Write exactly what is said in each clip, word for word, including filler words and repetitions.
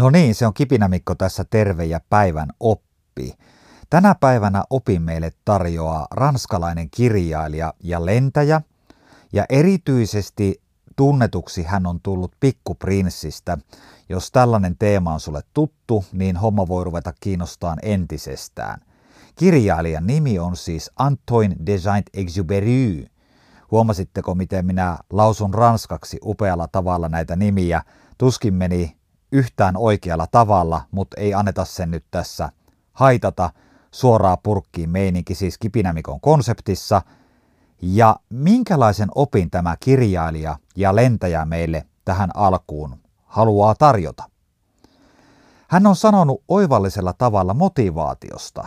No niin, se on Kipinä-Mikko tässä, terve ja päivän oppi. Tänä päivänä opin meille tarjoaa ranskalainen kirjailija ja lentäjä, ja erityisesti tunnetuksi hän on tullut Pikkuprinssistä. Jos tällainen teema on sulle tuttu, niin homma voi ruveta kiinnostaan entisestään. Kirjailijan nimi on siis Antoine de Saint-Exupéry. Huomasitteko, miten minä lausun ranskaksi upealla tavalla näitä nimiä? Tuskin meni yhtään oikealla tavalla, mutta ei anneta sen nyt tässä haitata. Suoraa purkkiin meininki siis Kipinä-Mikon konseptissa. Ja minkälaisen opin tämä kirjailija ja lentäjä meille tähän alkuun haluaa tarjota? Hän on sanonut oivallisella tavalla motivaatiosta.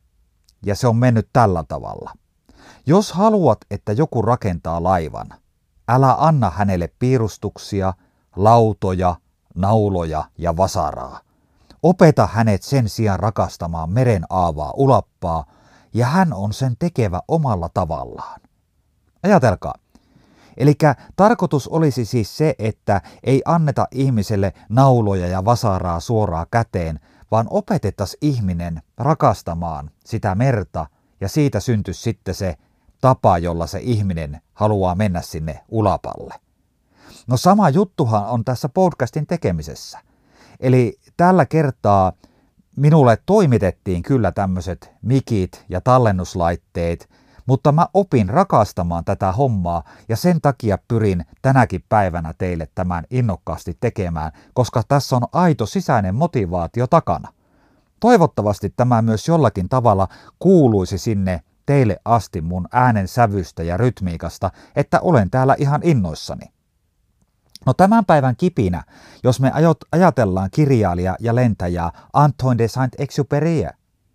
Ja se on mennyt tällä tavalla. Jos haluat, että joku rakentaa laivan, älä anna hänelle piirustuksia, lautoja, nauloja ja vasaraa. Opeta hänet sen sijaan rakastamaan meren aavaa ulappaa, ja hän on sen tekevä omalla tavallaan. Ajatelkaa. Eli tarkoitus olisi siis se, että ei anneta ihmiselle nauloja ja vasaraa suoraan käteen, vaan opetettaisiin ihminen rakastamaan sitä merta, ja siitä syntyisi sitten se tapa, jolla se ihminen haluaa mennä sinne ulapalle. No sama juttuhan on tässä podcastin tekemisessä. Eli tällä kertaa minulle toimitettiin kyllä tämmöiset mikit ja tallennuslaitteet, mutta mä opin rakastamaan tätä hommaa ja sen takia pyrin tänäkin päivänä teille tämän innokkaasti tekemään, koska tässä on aito sisäinen motivaatio takana. Toivottavasti tämä myös jollakin tavalla kuuluisi sinne teille asti mun äänen sävystä ja rytmiikasta, että olen täällä ihan innoissani. No tämän päivän kipinä, jos me ajatellaan kirjailija ja lentäjää Antoine de Saint-Exupéryä.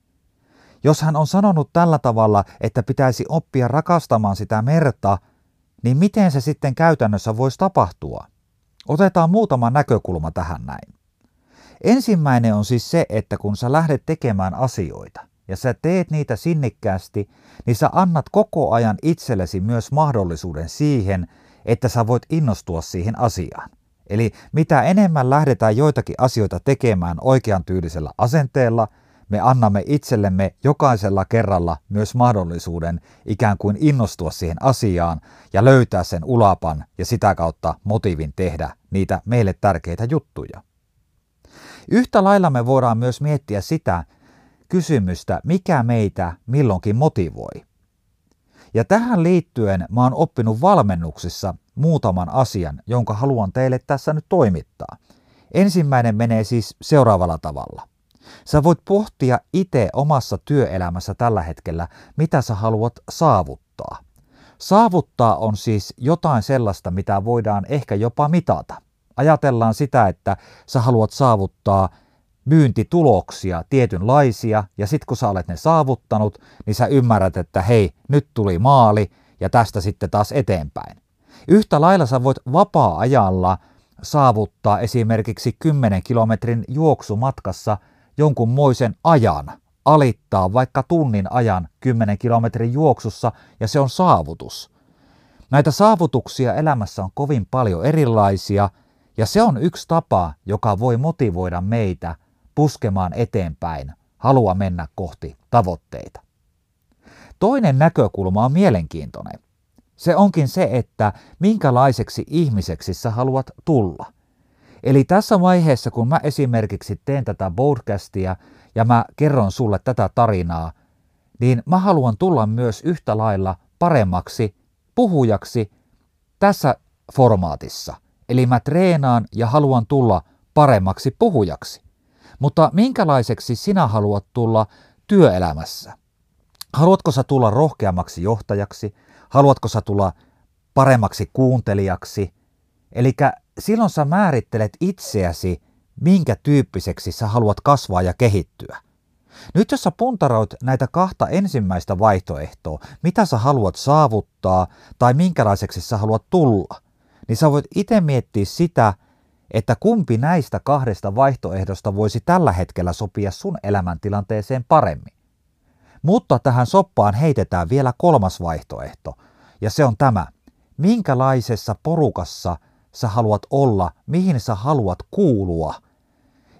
Jos hän on sanonut tällä tavalla, että pitäisi oppia rakastamaan sitä merta, niin miten se sitten käytännössä voisi tapahtua? Otetaan muutama näkökulma tähän näin. Ensimmäinen on siis se, että kun sä lähdet tekemään asioita ja sä teet niitä sinnikkäästi, niin sä annat koko ajan itsellesi myös mahdollisuuden siihen, että sä voit innostua siihen asiaan. Eli mitä enemmän lähdetään joitakin asioita tekemään oikean tyylisellä asenteella, me annamme itsellemme jokaisella kerralla myös mahdollisuuden ikään kuin innostua siihen asiaan ja löytää sen ulapan ja sitä kautta motiivin tehdä niitä meille tärkeitä juttuja. Yhtä lailla me voidaan myös miettiä sitä kysymystä, mikä meitä milloinkin motivoi. Ja tähän liittyen mä oon oppinut valmennuksissa muutaman asian, jonka haluan teille tässä nyt toimittaa. Ensimmäinen menee siis seuraavalla tavalla. Sä voit pohtia itse omassa työelämässä tällä hetkellä, mitä sä haluat saavuttaa. Saavuttaa on siis jotain sellaista, mitä voidaan ehkä jopa mitata. Ajatellaan sitä, että sä haluat saavuttaa myyntituloksia tietynlaisia, ja sitten kun sä olet ne saavuttanut, niin sä ymmärrät, että hei, nyt tuli maali, ja tästä sitten taas eteenpäin. Yhtä lailla sä voit vapaa-ajalla saavuttaa esimerkiksi kymmenen kilometrin juoksumatkassa jonkunmoisen ajan, alittaa vaikka tunnin ajan kymmenen kilometrin juoksussa, ja se on saavutus. Näitä saavutuksia elämässä on kovin paljon erilaisia, ja se on yksi tapa, joka voi motivoida meitä puskemaan eteenpäin, halua mennä kohti tavoitteita. Toinen näkökulma on mielenkiintoinen. Se onkin se, että minkälaiseksi ihmiseksi sä haluat tulla. Eli tässä vaiheessa, kun mä esimerkiksi teen tätä podcastia ja mä kerron sulle tätä tarinaa, niin mä haluan tulla myös yhtä lailla paremmaksi puhujaksi tässä formaatissa. Eli mä treenaan ja haluan tulla paremmaksi puhujaksi. Mutta minkälaiseksi sinä haluat tulla työelämässä? Haluatko sä tulla rohkeammaksi johtajaksi? Haluatko sä tulla paremmaksi kuuntelijaksi? Eli silloin sä määrittelet itseäsi, minkä tyyppiseksi sä haluat kasvaa ja kehittyä. Nyt jos sä puntaroit näitä kahta ensimmäistä vaihtoehtoa, mitä sä haluat saavuttaa tai minkälaiseksi sä haluat tulla, niin sä voit itse miettiä sitä, että kumpi näistä kahdesta vaihtoehdosta voisi tällä hetkellä sopia sun elämäntilanteeseen paremmin. Mutta tähän soppaan heitetään vielä kolmas vaihtoehto, ja se on tämä. Minkälaisessa porukassa sä haluat olla, mihin sä haluat kuulua?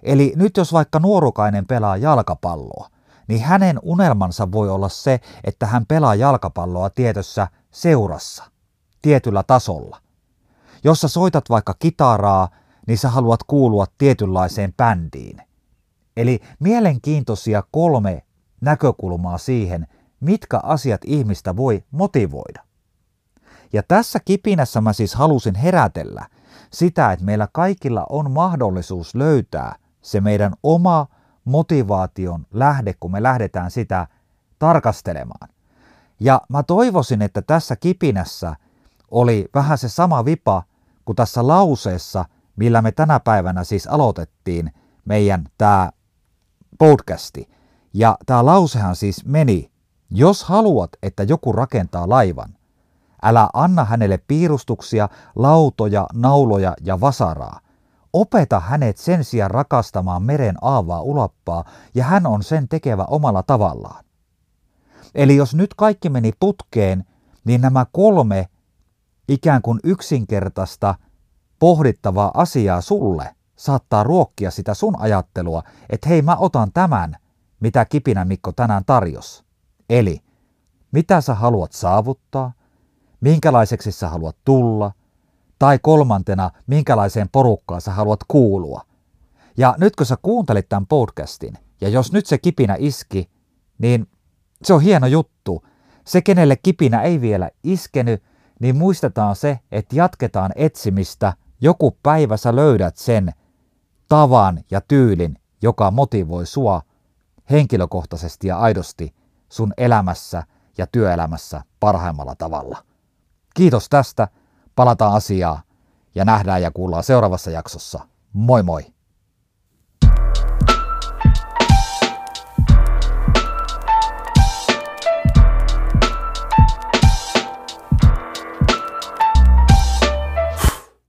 Eli nyt jos vaikka nuorukainen pelaa jalkapalloa, niin hänen unelmansa voi olla se, että hän pelaa jalkapalloa tietyssä seurassa, tietyllä tasolla. Jos sä soitat vaikka kitaraa, niin sä haluat kuulua tietynlaiseen bändiin. Eli mielenkiintoisia kolme näkökulmaa siihen, mitkä asiat ihmistä voi motivoida. Ja tässä kipinässä mä siis halusin herätellä sitä, että meillä kaikilla on mahdollisuus löytää se meidän oma motivaation lähde, kun me lähdetään sitä tarkastelemaan. Ja mä toivoisin, että tässä kipinässä oli vähän se sama vipa kuin tässä lauseessa, millä me tänä päivänä siis aloitettiin meidän tämä podcasti. Ja tämä lausehan siis meni, jos haluat, että joku rakentaa laivan, älä anna hänelle piirustuksia, lautoja, nauloja ja vasaraa. Opeta hänet sen sijaan rakastamaan meren aavaa ulappaa, ja hän on sen tekevä omalla tavallaan. Eli jos nyt kaikki meni putkeen, niin nämä kolme ikään kuin yksinkertaista pohdittavaa asiaa sulle saattaa ruokkia sitä sun ajattelua, että hei, mä otan tämän, mitä Kipinä Mikko tänään tarjosi. Eli mitä sä haluat saavuttaa, minkälaiseksi sä haluat tulla, tai kolmantena, minkälaiseen porukkaan sä haluat kuulua. Ja nyt kun sä kuuntelit tämän podcastin, ja jos nyt se kipinä iski, niin se on hieno juttu. Se, kenelle kipinä ei vielä iskenyt, niin muistetaan se, että jatketaan etsimistä. Joku päivä sä löydät sen tavan ja tyylin, joka motivoi sua henkilökohtaisesti ja aidosti sun elämässä ja työelämässä parhaimmalla tavalla. Kiitos tästä. Palataan asiaan ja nähdään ja kuullaan seuraavassa jaksossa. Moi moi!